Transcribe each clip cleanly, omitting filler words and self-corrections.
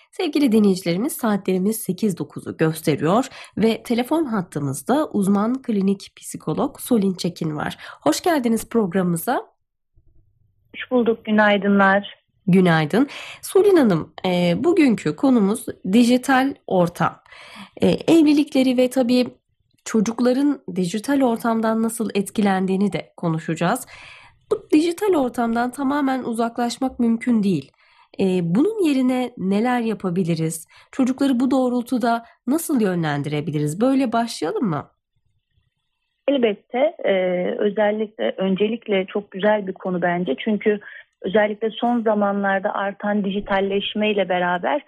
Sevgili dinleyicilerimiz saatlerimiz 8.09'u gösteriyor ve telefon hattımızda uzman klinik psikolog Solin Çekin var. Hoş geldiniz programımıza. Hoş bulduk, günaydınlar. Günaydın. Solin Hanım, bugünkü konumuz dijital ortam. Evlilikleri ve tabii çocukların dijital ortamdan nasıl etkilendiğini de konuşacağız. Bu dijital ortamdan tamamen uzaklaşmak mümkün değil. Bunun yerine neler yapabiliriz? Çocukları bu doğrultuda nasıl yönlendirebiliriz? Böyle başlayalım mı? Elbette öncelikle çok güzel bir konu bence. Çünkü özellikle son zamanlarda artan dijitalleşmeyle beraber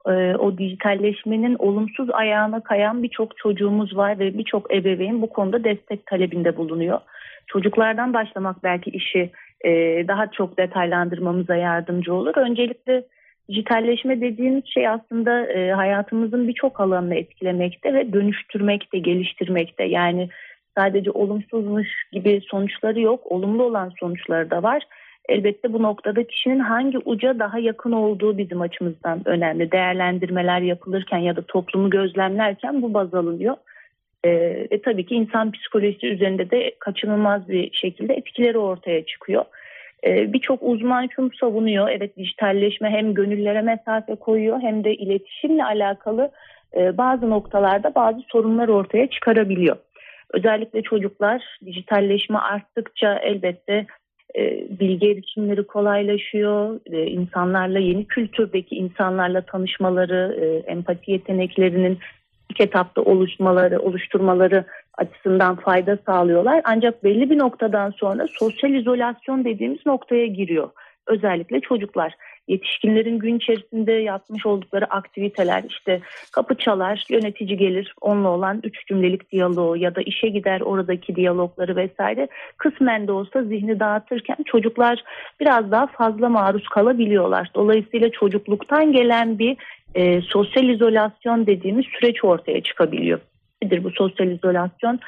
o dijitalleşmenin olumsuz ayağına kayan birçok çocuğumuz var ve birçok ebeveyn bu konuda destek talebinde bulunuyor. Çocuklardan başlamak belki işi daha çok detaylandırmamıza yardımcı olur. Öncelikle dijitalleşme dediğimiz şey aslında hayatımızın birçok alanını etkilemekte ve dönüştürmekte, geliştirmekte. Yani sadece olumsuzmuş gibi sonuçları yok, olumlu olan sonuçları da var. Elbette bu noktada kişinin hangi uca daha yakın olduğu bizim açımızdan önemli. Değerlendirmeler yapılırken ya da toplumu gözlemlerken bu baz alınıyor. Tabii ki insan psikolojisi üzerinde de kaçınılmaz bir şekilde etkileri ortaya çıkıyor. Birçok uzman şunu savunuyor. Evet, dijitalleşme hem gönüllere mesafe koyuyor hem de iletişimle alakalı bazı noktalarda bazı sorunlar ortaya çıkarabiliyor. Özellikle çocuklar dijitalleşme arttıkça elbette bilgi erişimleri kolaylaşıyor. İnsanlarla, yeni kültürdeki insanlarla tanışmaları, empati yeteneklerinin ilk etapta oluşturmaları açısından fayda sağlıyorlar. Ancak belli bir noktadan sonra sosyal izolasyon dediğimiz noktaya giriyor. Özellikle çocuklar. Yetişkinlerin gün içerisinde yapmış oldukları aktiviteler, işte kapı çalar, yönetici gelir, onunla olan 3 cümlelik diyaloğu ya da işe gider, oradaki diyalogları vesaire kısmen de olsa zihni dağıtırken çocuklar biraz daha fazla maruz kalabiliyorlar. Dolayısıyla çocukluktan gelen bir sosyal izolasyon dediğimiz süreç ortaya çıkabiliyor. Nedir bu sosyal izolasyon?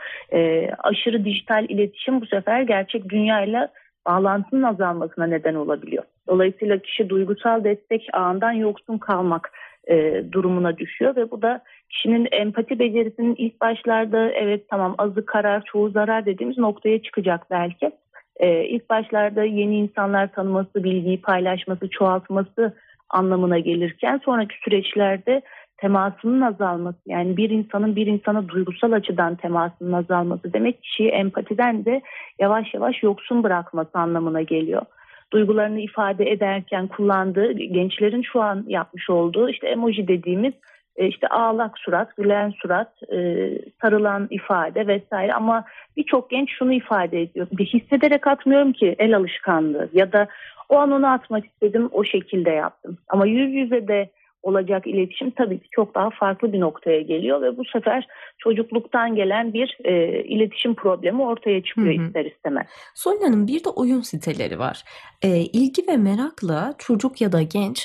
Aşırı dijital iletişim bu sefer gerçek dünyayla bağlantının azalmasına neden olabiliyor. Dolayısıyla kişi duygusal destek ağından yoksun kalmak durumuna düşüyor ve bu da kişinin empati becerisinin ilk başlarda evet tamam azı karar çoğu zarar dediğimiz noktaya çıkacak belki. İlk başlarda yeni insanlar tanıması, bilgiyi paylaşması, çoğaltması anlamına gelirken sonraki süreçlerde temasının azalması, yani bir insanın bir insana duygusal açıdan temasının azalması demek kişiyi empatiden de yavaş yavaş yoksun bırakması anlamına geliyor. Duygularını ifade ederken kullandığı, gençlerin şu an yapmış olduğu işte emoji dediğimiz işte ağlak surat, gülen surat, sarılan ifade vesaire, ama birçok genç şunu ifade ediyor. Bir hissederek atmıyorum ki, el alışkanlığı ya da o an onu atmak istedim, o şekilde yaptım. Ama yüz yüze de olacak iletişim tabii ki çok daha farklı bir noktaya geliyor ve bu sefer çocukluktan gelen bir iletişim problemi ortaya çıkıyor ister istemez. Solin Hanım, bir de oyun siteleri var. İlgi ve merakla çocuk ya da genç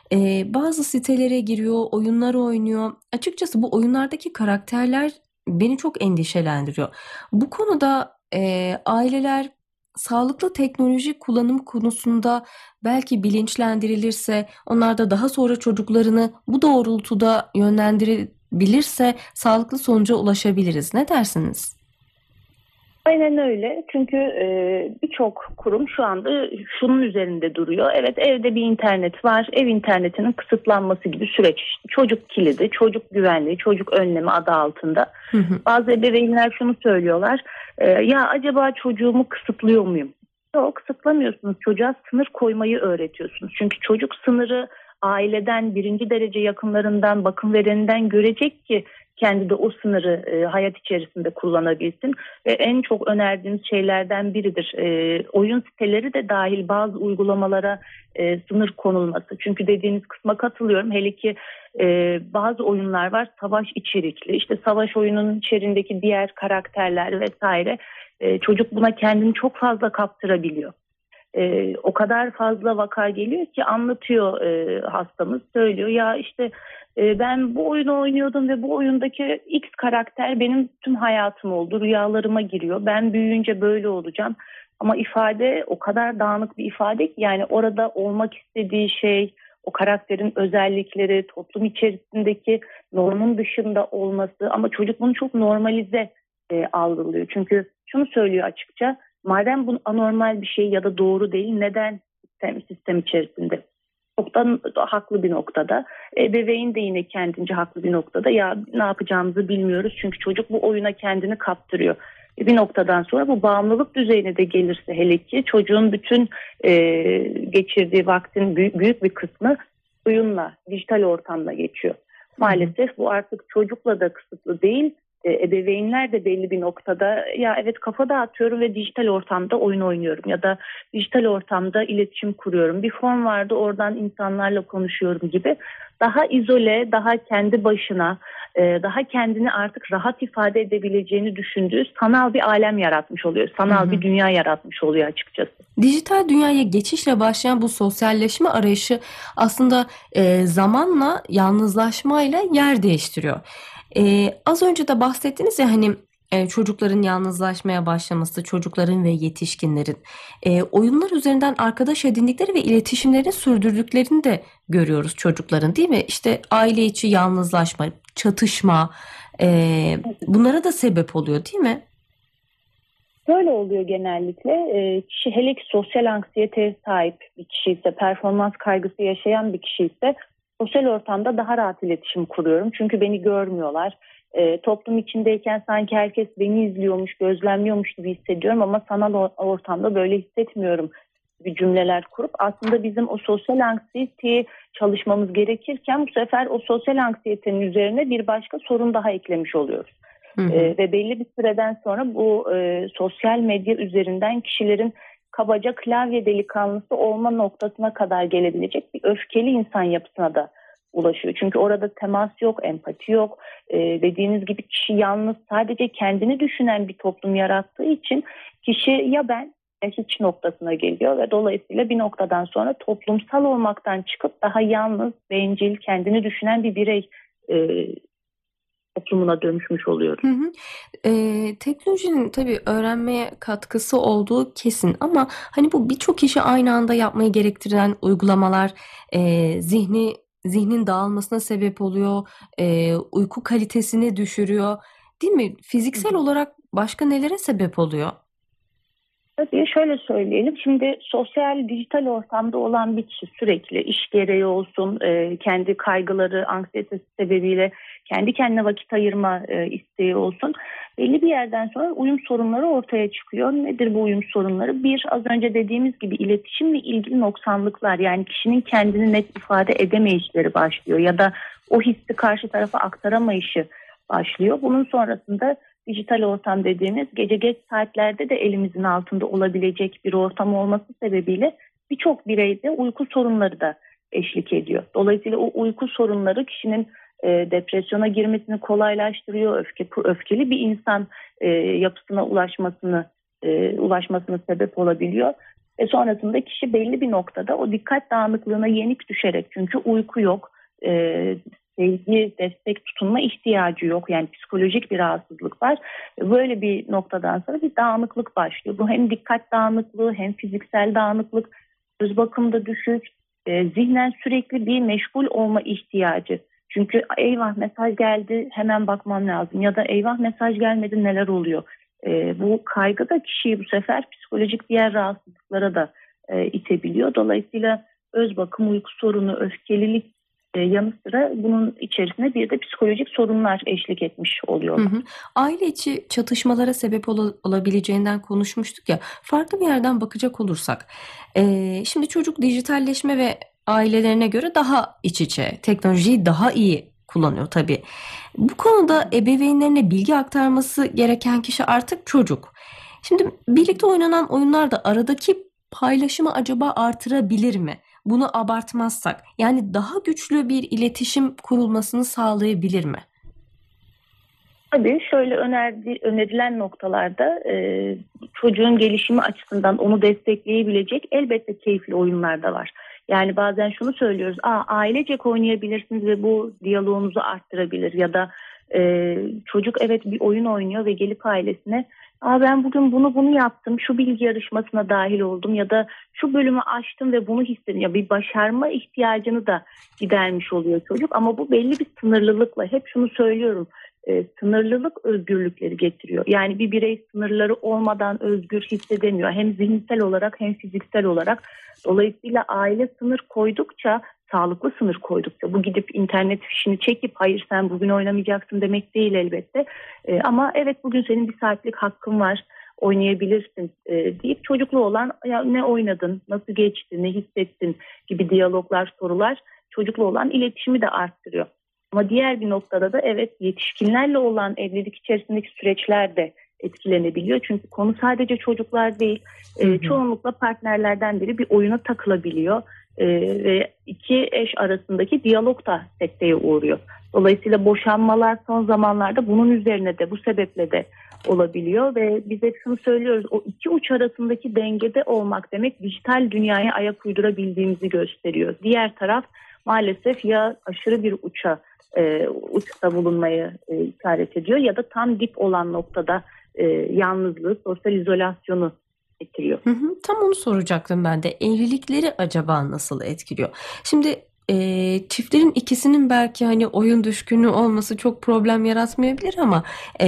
bazı sitelere giriyor, oyunlar oynuyor. Açıkçası bu oyunlardaki karakterler beni çok endişelendiriyor. Bu konuda aileler sağlıklı teknoloji kullanımı konusunda belki bilinçlendirilirse, onlar da daha sonra çocuklarını bu doğrultuda yönlendirebilirse sağlıklı sonuca ulaşabiliriz. Ne dersiniz? Aynen öyle. Çünkü birçok kurum şu anda şunun üzerinde duruyor. Evet, evde bir internet var. Ev internetinin kısıtlanması gibi süreç. Çocuk kilidi, çocuk güvenliği, çocuk önlemi adı altında. Hı hı. Bazı ebeveynler şunu söylüyorlar. Ya acaba çocuğumu kısıtlıyor muyum? Yok, kısıtlamıyorsunuz. Çocuğa sınır koymayı öğretiyorsunuz. Çünkü çocuk sınırı aileden, birinci derece yakınlarından, bakım vereninden görecek ki kendi de o sınırı hayat içerisinde kullanabilsin. Ve en çok önerdiğimiz şeylerden biridir. Oyun siteleri de dahil bazı uygulamalara sınır konulması. Çünkü dediğiniz kısma katılıyorum. Hele ki bazı oyunlar var savaş içerikli. İşte savaş oyununun içerisindeki diğer karakterler vesaire. Çocuk buna kendini çok fazla kaptırabiliyor. O kadar fazla vaka geliyor ki anlatıyor, hastamız söylüyor ya işte ben bu oyunu oynuyordum ve bu oyundaki X karakter benim tüm hayatım oldu, rüyalarıma giriyor, ben büyüyünce böyle olacağım, ama ifade o kadar dağınık bir ifade ki yani orada olmak istediği şey, o karakterin özellikleri, toplum içerisindeki normun dışında olması, ama çocuk bunu çok normalize algılıyor. Çünkü şunu söylüyor açıkça: madem bu anormal bir şey ya da doğru değil, neden sistem içerisinde? Çok da haklı bir noktada. Ebeveyn de yine kendince haklı bir noktada. Ya ne yapacağımızı bilmiyoruz çünkü çocuk bu oyuna kendini kaptırıyor. Bir noktadan sonra bu bağımlılık düzeyine de gelirse, hele ki çocuğun bütün geçirdiği vaktin büyük bir kısmı oyunla, dijital ortamla geçiyor. Maalesef bu artık çocukla da kısıtlı değil. Ebeveynler de belli bir noktada ya evet kafa dağıtıyorum ve dijital ortamda oyun oynuyorum ya da dijital ortamda iletişim kuruyorum. Bir form vardı, oradan insanlarla konuşuyorum gibi daha izole, daha kendi başına, daha kendini artık rahat ifade edebileceğini düşündüğü sanal bir alem yaratmış oluyor. Sanal bir dünya yaratmış oluyor açıkçası. Dijital dünyaya geçişle başlayan bu sosyalleşme arayışı aslında zamanla yalnızlaşmayla yer değiştiriyor. Az önce de bahsettiniz ya hani çocukların yalnızlaşmaya başlaması, çocukların ve yetişkinlerin oyunlar üzerinden arkadaş edindikleri ve iletişimlerini sürdürdüklerini de görüyoruz çocukların, değil mi? İşte aile içi yalnızlaşma, çatışma, bunlara da sebep oluyor, değil mi? Böyle oluyor genellikle. Kişi, hele ki sosyal anksiyeteye sahip bir kişi ise, performans kaygısı yaşayan bir kişi ise, sosyal ortamda daha rahat iletişim kuruyorum. Çünkü beni görmüyorlar. Toplum içindeyken sanki herkes beni izliyormuş, gözlemliyormuş gibi hissediyorum ama sanal ortamda böyle hissetmiyorum gibi cümleler kurup aslında bizim o sosyal anksiyeteyi çalışmamız gerekirken bu sefer o sosyal anksiyetenin üzerine bir başka sorun daha eklemiş oluyoruz. Ve belli bir süreden sonra bu sosyal medya üzerinden kişilerin kabaca klavye delikanlısı olma noktasına kadar gelebilecek bir öfkeli insan yapısına da ulaşıyor. Çünkü orada temas yok, empati yok. Dediğiniz gibi kişi yalnız, sadece kendini düşünen bir toplum yarattığı için kişi ya ben ya hiç noktasına geliyor ve dolayısıyla bir noktadan sonra toplumsal olmaktan çıkıp daha yalnız, bencil, kendini düşünen bir birey toplumuna dönüşmüş oluyoruz. Teknolojinin tabii öğrenmeye katkısı olduğu kesin ama hani bu birçok işi aynı anda yapmayı gerektiren uygulamalar zihnin dağılmasına sebep oluyor, uyku kalitesini düşürüyor, değil mi? Fiziksel olarak başka nelere sebep oluyor? Tabii şöyle söyleyelim. Şimdi sosyal, dijital ortamda olan bir kişi sürekli iş gereği olsun, kendi kaygıları, anksiyetesi sebebiyle kendi kendine vakit ayırma isteği olsun. Belli bir yerden sonra uyum sorunları ortaya çıkıyor. Nedir bu uyum sorunları? Bir, az önce dediğimiz gibi iletişimle ilgili noksanlıklar, yani kişinin kendini net ifade edemeyişleri başlıyor ya da o hissi karşı tarafa aktaramayışı başlıyor. Bunun sonrasında dijital ortam dediğimiz gece geç saatlerde de elimizin altında olabilecek bir ortam olması sebebiyle birçok bireyde uyku sorunları da eşlik ediyor. Dolayısıyla o uyku sorunları kişinin depresyona girmesini kolaylaştırıyor. Öfkeli bir insan yapısına ulaşmasına sebep olabiliyor. Sonrasında kişi belli bir noktada o dikkat dağınıklığına yenik düşerek, çünkü uyku yok, sevgi, destek, tutunma ihtiyacı yok. Yani psikolojik bir rahatsızlık var. Böyle bir noktadan sonra bir dağınıklık başlıyor. Bu hem dikkat dağınıklığı hem fiziksel dağınıklık, göz bakımda düşük, zihnen sürekli bir meşgul olma ihtiyacı. Çünkü eyvah mesaj geldi, hemen bakmam lazım ya da eyvah mesaj gelmedi, neler oluyor? Bu kaygı da kişiyi bu sefer psikolojik diğer rahatsızlıklara da itebiliyor. Dolayısıyla öz bakım, uyku sorunu, öfkelilik yanı sıra bunun içerisine bir de psikolojik sorunlar eşlik etmiş oluyorlar. Aile içi çatışmalara sebep olabileceğinden konuşmuştuk ya. Farklı bir yerden bakacak olursak, şimdi çocuk dijitalleşme ve ailelerine göre daha iç içe, teknolojiyi daha iyi kullanıyor tabii. Bu konuda ebeveynlerine bilgi aktarması gereken kişi artık çocuk. Şimdi birlikte oynanan oyunlar da aradaki paylaşımı acaba artırabilir mi? Bunu abartmazsak, yani daha güçlü bir iletişim kurulmasını sağlayabilir mi? Tabii şöyle önerilen noktalarda çocuğun gelişimi açısından onu destekleyebilecek elbette keyifli oyunlar da var. Yani bazen şunu söylüyoruz, ailecek oynayabilirsiniz ve bu diyaloğunuzu arttırabilir ya da çocuk evet bir oyun oynuyor ve gelip ailesine Ben bugün bunu yaptım, şu bilgi yarışmasına dahil oldum ya da şu bölümü açtım ve bunu hissettim. Ya bir başarma ihtiyacını da gidermiş oluyor çocuk, ama bu belli bir sınırlılıkla, hep şunu söylüyorum, sınırlılık özgürlükleri getiriyor. Yani bir birey sınırları olmadan özgür hissedemiyor, hem zihinsel olarak hem fiziksel olarak. Dolayısıyla aile sınır koydukça, sağlıklı sınır koydukça, bu gidip internet fişini çekip hayır sen bugün oynamayacaksın demek değil elbette. Ama evet, bugün senin bir saatlik hakkın var, oynayabilirsin deyip çocuklu olan, ya ne oynadın, nasıl geçti, ne hissettin gibi diyaloglar, sorular çocuklu olan iletişimi de arttırıyor. Ama diğer bir noktada da evet, yetişkinlerle olan evlilik içerisindeki süreçler de etkilenebiliyor. Çünkü konu sadece çocuklar değil, çoğunlukla partnerlerden biri bir oyuna takılabiliyor ve iki eş arasındaki diyalog da sekteye uğruyor. Dolayısıyla boşanmalar son zamanlarda bunun üzerine de, bu sebeple de olabiliyor ve biz hep şunu söylüyoruz: o iki uç arasındaki dengede olmak demek dijital dünyaya ayak uydurabildiğimizi gösteriyor. Diğer taraf maalesef ya aşırı bir uçta bulunmayı işaret ediyor ya da tam dip olan noktada yalnızlığı, sosyal izolasyonu getiriyor. Tam onu soracaktım ben de. Evlilikleri acaba nasıl etkiliyor? Şimdi çiftlerin ikisinin belki hani oyun düşkünü olması çok problem yaratmayabilir ama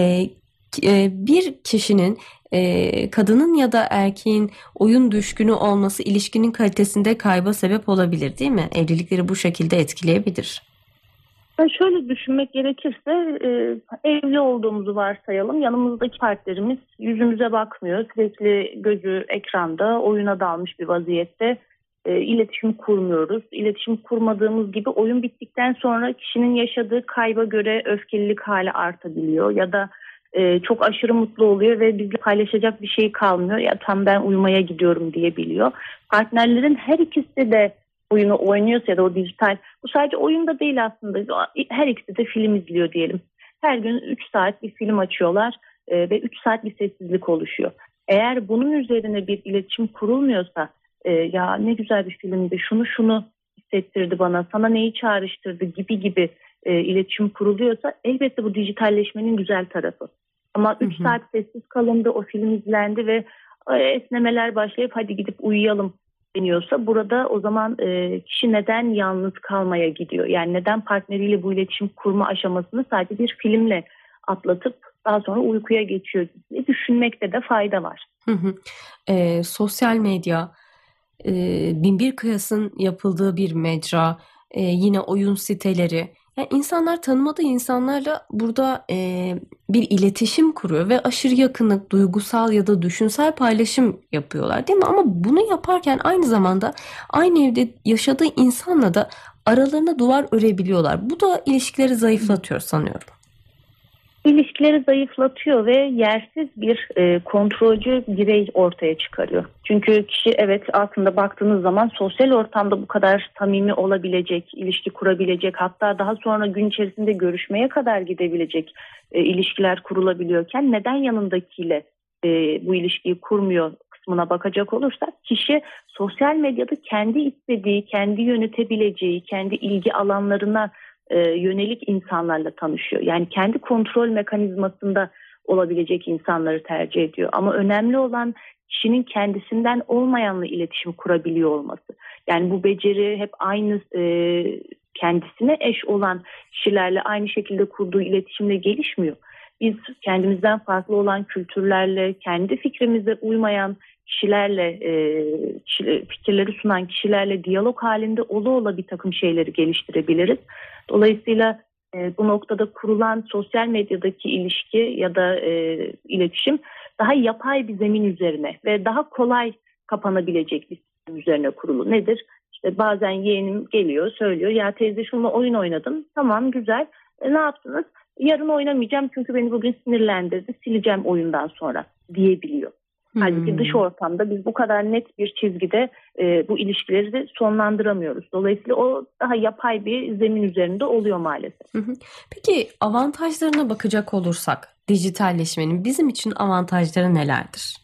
bir kişinin kadının ya da erkeğin oyun düşkünü olması ilişkinin kalitesinde kayba sebep olabilir, değil mi? Evlilikleri bu şekilde etkileyebilir. Şöyle düşünmek gerekirse, evli olduğumuzu varsayalım. Yanımızdaki partnerimiz yüzümüze bakmıyor. Sürekli gözü ekranda, oyuna dalmış bir vaziyette. İletişim kurmuyoruz. İletişim kurmadığımız gibi oyun bittikten sonra kişinin yaşadığı kayba göre öfkelilik hali artabiliyor. Ya da çok aşırı mutlu oluyor ve bizle paylaşacak bir şey kalmıyor. Ya tam ben uyumaya gidiyorum diyebiliyor. Partnerlerin her ikisi de oyunu oynuyorsa ya da o dijital, bu sadece oyunda değil aslında, her ikisi de film izliyor diyelim. Her gün 3 saat bir film açıyorlar ve 3 saat bir sessizlik oluşuyor. Eğer bunun üzerine bir iletişim kurulmuyorsa, ya ne güzel bir filmdi, şunu hissettirdi bana, sana neyi çağrıştırdı gibi iletişim kuruluyorsa, elbette bu dijitalleşmenin güzel tarafı. Ama 3 saat sessiz kalındı, o film izlendi ve esnemeler başlayıp hadi gidip uyuyalım deniyorsa, burada o zaman kişi neden yalnız kalmaya gidiyor? Yani neden partneriyle bu iletişim kurma aşamasını sadece bir filmle atlatıp daha sonra uykuya geçiyor diye düşünmekte de fayda var. Sosyal medya, binbir kıyasın yapıldığı bir mecra, yine oyun siteleri. Yani insanlar tanımadığı insanlarla burada bir iletişim kuruyor ve aşırı yakınlık, duygusal ya da düşünsel paylaşım yapıyorlar, değil mi? Ama bunu yaparken aynı zamanda aynı evde yaşadığı insanla da aralarına duvar örebiliyorlar. Bu da ilişkileri zayıflatıyor sanıyorum. İlişkileri zayıflatıyor ve yersiz bir kontrolcü birey ortaya çıkarıyor. Çünkü kişi, evet, aslında baktığınız zaman sosyal ortamda bu kadar samimi olabilecek, ilişki kurabilecek, hatta daha sonra gün içerisinde görüşmeye kadar gidebilecek ilişkiler kurulabiliyorken neden yanındakiyle bu ilişkiyi kurmuyor kısmına bakacak olursak, kişi sosyal medyada kendi istediği, kendi yönetebileceği, kendi ilgi alanlarına yönelik insanlarla tanışıyor. Yani kendi kontrol mekanizmasında olabilecek insanları tercih ediyor. Ama önemli olan kişinin kendisinden olmayanla iletişim kurabiliyor olması. Yani bu beceri hep aynı kendisine eş olan kişilerle aynı şekilde kurduğu iletişimle gelişmiyor. Biz kendimizden farklı olan kültürlerle, kendi fikrimize uymayan kişilerle, fikirleri sunan kişilerle diyalog halinde ola bir takım şeyleri geliştirebiliriz. Dolayısıyla bu noktada kurulan sosyal medyadaki ilişki ya da iletişim daha yapay bir zemin üzerine ve daha kolay kapanabilecek bir sistem üzerine kurulu. Nedir? İşte bazen yeğenim geliyor, söylüyor, ya teyze şununla oyun oynadım. Tamam, güzel. Ne yaptınız? Yarın oynamayacağım çünkü beni bugün sinirlendirdi. Sileceğim oyundan sonra diyebiliyor. Halbuki dış ortamda biz bu kadar net bir çizgide bu ilişkileri de sonlandıramıyoruz. Dolayısıyla o daha yapay bir zemin üzerinde oluyor maalesef. Peki avantajlarına bakacak olursak dijitalleşmenin bizim için avantajları nelerdir?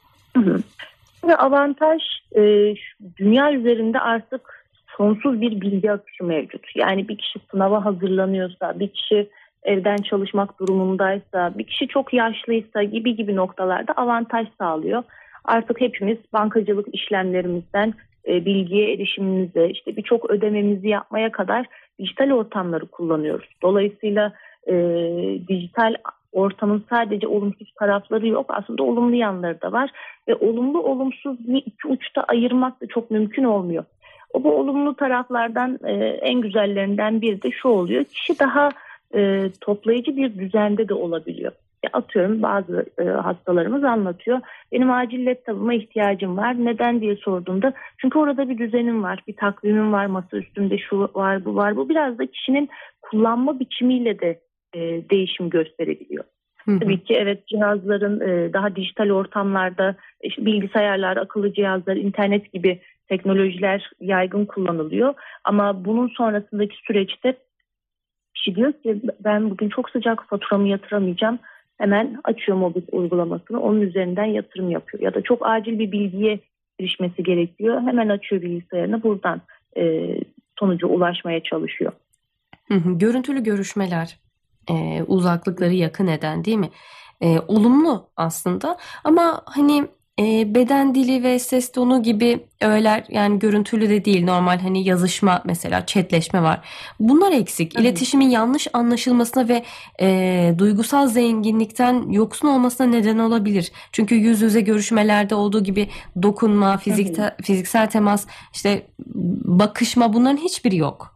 Ve avantaj, dünya üzerinde artık sonsuz bir bilgi akışı mevcut. Yani bir kişi sınava hazırlanıyorsa, bir kişi evden çalışmak durumundaysa, bir kişi çok yaşlıysa gibi noktalarda avantaj sağlıyor. Artık hepimiz bankacılık işlemlerimizden bilgiye erişimimize, işte birçok ödememizi yapmaya kadar dijital ortamları kullanıyoruz. Dolayısıyla dijital ortamın sadece olumsuz tarafları yok. Aslında olumlu yanları da var. Ve olumlu olumsuz bir iki uçta ayırmak da çok mümkün olmuyor. Bu olumlu taraflardan en güzellerinden biri de şu oluyor. Kişi daha toplayıcı bir düzende de olabiliyor. Atıyorum bazı hastalarımız anlatıyor. Benim acil laptopuma ihtiyacım var. Neden diye sorduğumda çünkü orada bir düzenim var, bir takvimim var, masa üstünde şu var, bu var. Bu biraz da kişinin kullanma biçimiyle de değişim gösterebiliyor. Tabii ki evet, cihazların daha dijital ortamlarda işte bilgisayarlar, akıllı cihazlar, internet gibi teknolojiler yaygın kullanılıyor. Ama bunun sonrasındaki süreçte kişi diyor ki ben bugün çok sıcak, faturamı yatıramayacağım. Hemen açıyor mobil uygulamasını, onun üzerinden yatırım yapıyor. Ya da çok acil bir bilgiye erişmesi gerekiyor. Hemen açıyor bilgisayarını, buradan sonuca ulaşmaya çalışıyor. Görüntülü görüşmeler uzaklıkları yakın eden, değil mi? Olumlu aslında ama hani beden dili ve ses tonu gibi öğeler, yani görüntülü de değil, normal hani yazışma, mesela chatleşme var. Bunlar eksik. İletişimin yanlış anlaşılmasına ve duygusal zenginlikten yoksun olmasına neden olabilir. Çünkü yüz yüze görüşmelerde olduğu gibi dokunma, fiziksel temas, işte bakışma, bunların hiçbiri yok.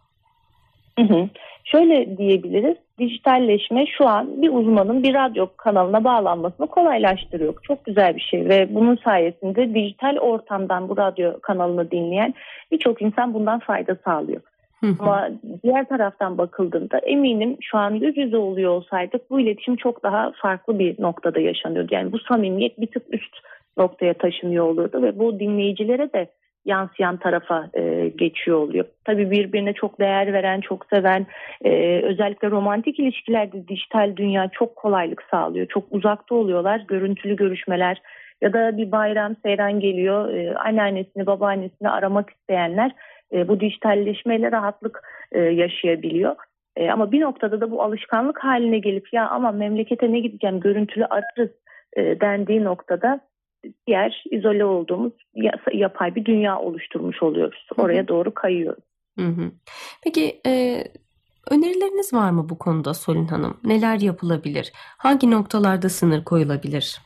Şöyle diyebiliriz, dijitalleşme şu an bir uzmanın bir radyo kanalına bağlanmasını kolaylaştırıyor. Çok güzel bir şey ve bunun sayesinde dijital ortamdan bu radyo kanalını dinleyen birçok insan bundan fayda sağlıyor. Ama diğer taraftan bakıldığında eminim şu an yüz yüze oluyor olsaydık bu iletişim çok daha farklı bir noktada yaşanıyordu. Yani bu samimiyet bir tık üst noktaya taşınıyor olurdu ve bu dinleyicilere de yansıyan tarafa geçiyor oluyor. Tabii birbirine çok değer veren, çok seven, özellikle romantik ilişkilerde dijital dünya çok kolaylık sağlıyor. Çok uzakta oluyorlar, görüntülü görüşmeler ya da bir bayram seyran geliyor, anneannesini, babaannesini aramak isteyenler bu dijitalleşmeyle rahatlık yaşayabiliyor. Ama bir noktada da bu alışkanlık haline gelip ya ama memlekete ne gideceğim, görüntülü ararız dendiği noktada diğer izole olduğumuz yapay bir dünya oluşturmuş oluyoruz. Oraya doğru kayıyoruz. Peki önerileriniz var mı bu konuda Solin Hanım? Neler yapılabilir? Hangi noktalarda sınır koyulabilir?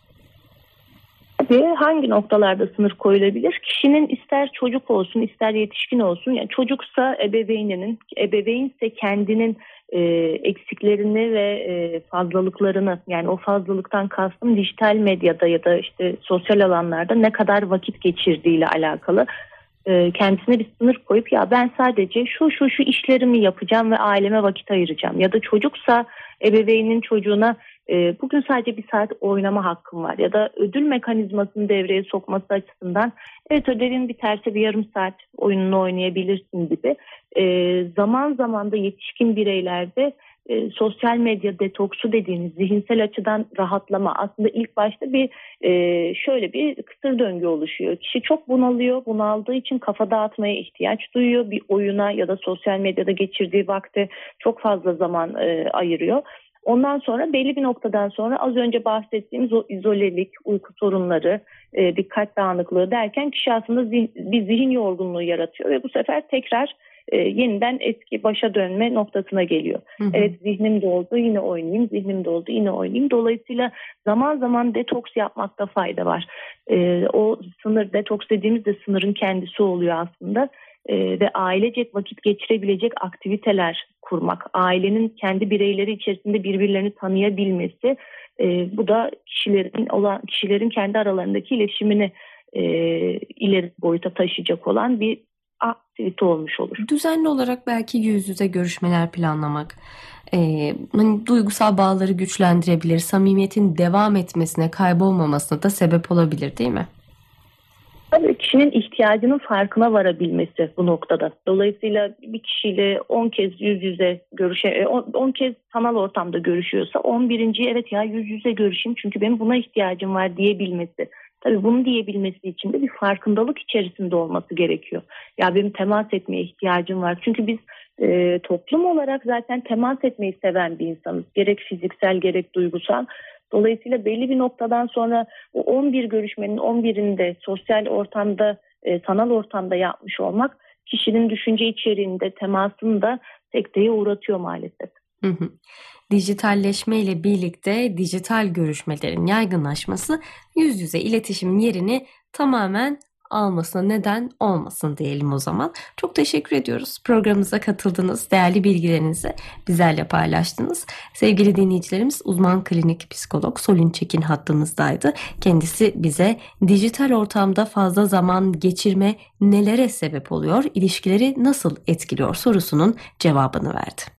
Tabii hangi noktalarda sınır koyulabilir? Kişinin ister çocuk olsun ister yetişkin olsun, yani çocuksa ebeveyninin, ebeveynse kendinin eksiklerini ve fazlalıklarını, yani o fazlalıktan kastım dijital medyada ya da işte sosyal alanlarda ne kadar vakit geçirdiğiyle alakalı kendisine bir sınır koyup ya ben sadece şu işlerimi yapacağım ve aileme vakit ayıracağım. Ya da çocuksa ebeveynin çocuğuna bugün sadece bir saat oynama hakkım var ya da ödül mekanizmasını devreye sokması açısından evet ödevin biterse bir yarım saat oyununu oynayabilirsin gibi zaman zaman da yetişkin bireylerde sosyal medya detoksu dediğimiz zihinsel açıdan rahatlama, aslında ilk başta bir şöyle bir kısır döngü oluşuyor. Kişi çok bunalıyor, bunaldığı için kafa dağıtmaya ihtiyaç duyuyor, bir oyuna ya da sosyal medyada geçirdiği vakte çok fazla zaman ayırıyor. Ondan sonra belli bir noktadan sonra az önce bahsettiğimiz o izolelik, uyku sorunları, dikkat dağınıklığı derken kişi aslında bir zihin yorgunluğu yaratıyor ve bu sefer tekrar yeniden eski başa dönme noktasına geliyor. Evet, zihnim doldu yine oynayayım, zihnim doldu yine oynayayım. Dolayısıyla zaman zaman detoks yapmakta fayda var. O sınır, detoks dediğimizde sınırın kendisi oluyor aslında. Ve ailecek vakit geçirebilecek aktiviteler kurmak, ailenin kendi bireyleri içerisinde birbirlerini tanıyabilmesi, bu da kişilerin kendi aralarındaki iletişimini ileri boyuta taşıyacak olan bir aktivite olmuş olur. Düzenli olarak belki yüz yüze görüşmeler planlamak, hani duygusal bağları güçlendirebilir, samimiyetin devam etmesine, kaybolmamasına da sebep olabilir, değil mi? Tabii kişinin ihtiyacının farkına varabilmesi bu noktada. Dolayısıyla bir kişiyle 10 kez yüz yüze 10 kez sanal ortamda görüşüyorsa 11. evet ya yüz yüze görüşeyim çünkü benim buna ihtiyacım var diyebilmesi. Tabii bunu diyebilmesi için de bir farkındalık içerisinde olması gerekiyor. Ya benim temas etmeye ihtiyacım var. Çünkü biz toplum olarak zaten temas etmeyi seven bir insanız. Gerek fiziksel gerek duygusal. Dolayısıyla belli bir noktadan sonra o 11 görüşmenin 11'ini de sosyal ortamda, sanal ortamda yapmış olmak kişinin düşünce içeriğinde, temasını da sekteye uğratıyor maalesef. Hı hı. Dijitalleşme ile birlikte dijital görüşmelerin yaygınlaşması yüz yüze iletişimin yerini tamamen almasına neden olmasın diyelim o zaman. Çok teşekkür ediyoruz. Programımıza katıldınız. Değerli bilgilerinizi bizlerle paylaştınız. Sevgili dinleyicilerimiz, uzman klinik psikolog Solin Çekin hattımızdaydı. Kendisi bize dijital ortamda fazla zaman geçirme nelere sebep oluyor, ilişkileri nasıl etkiliyor sorusunun cevabını verdi.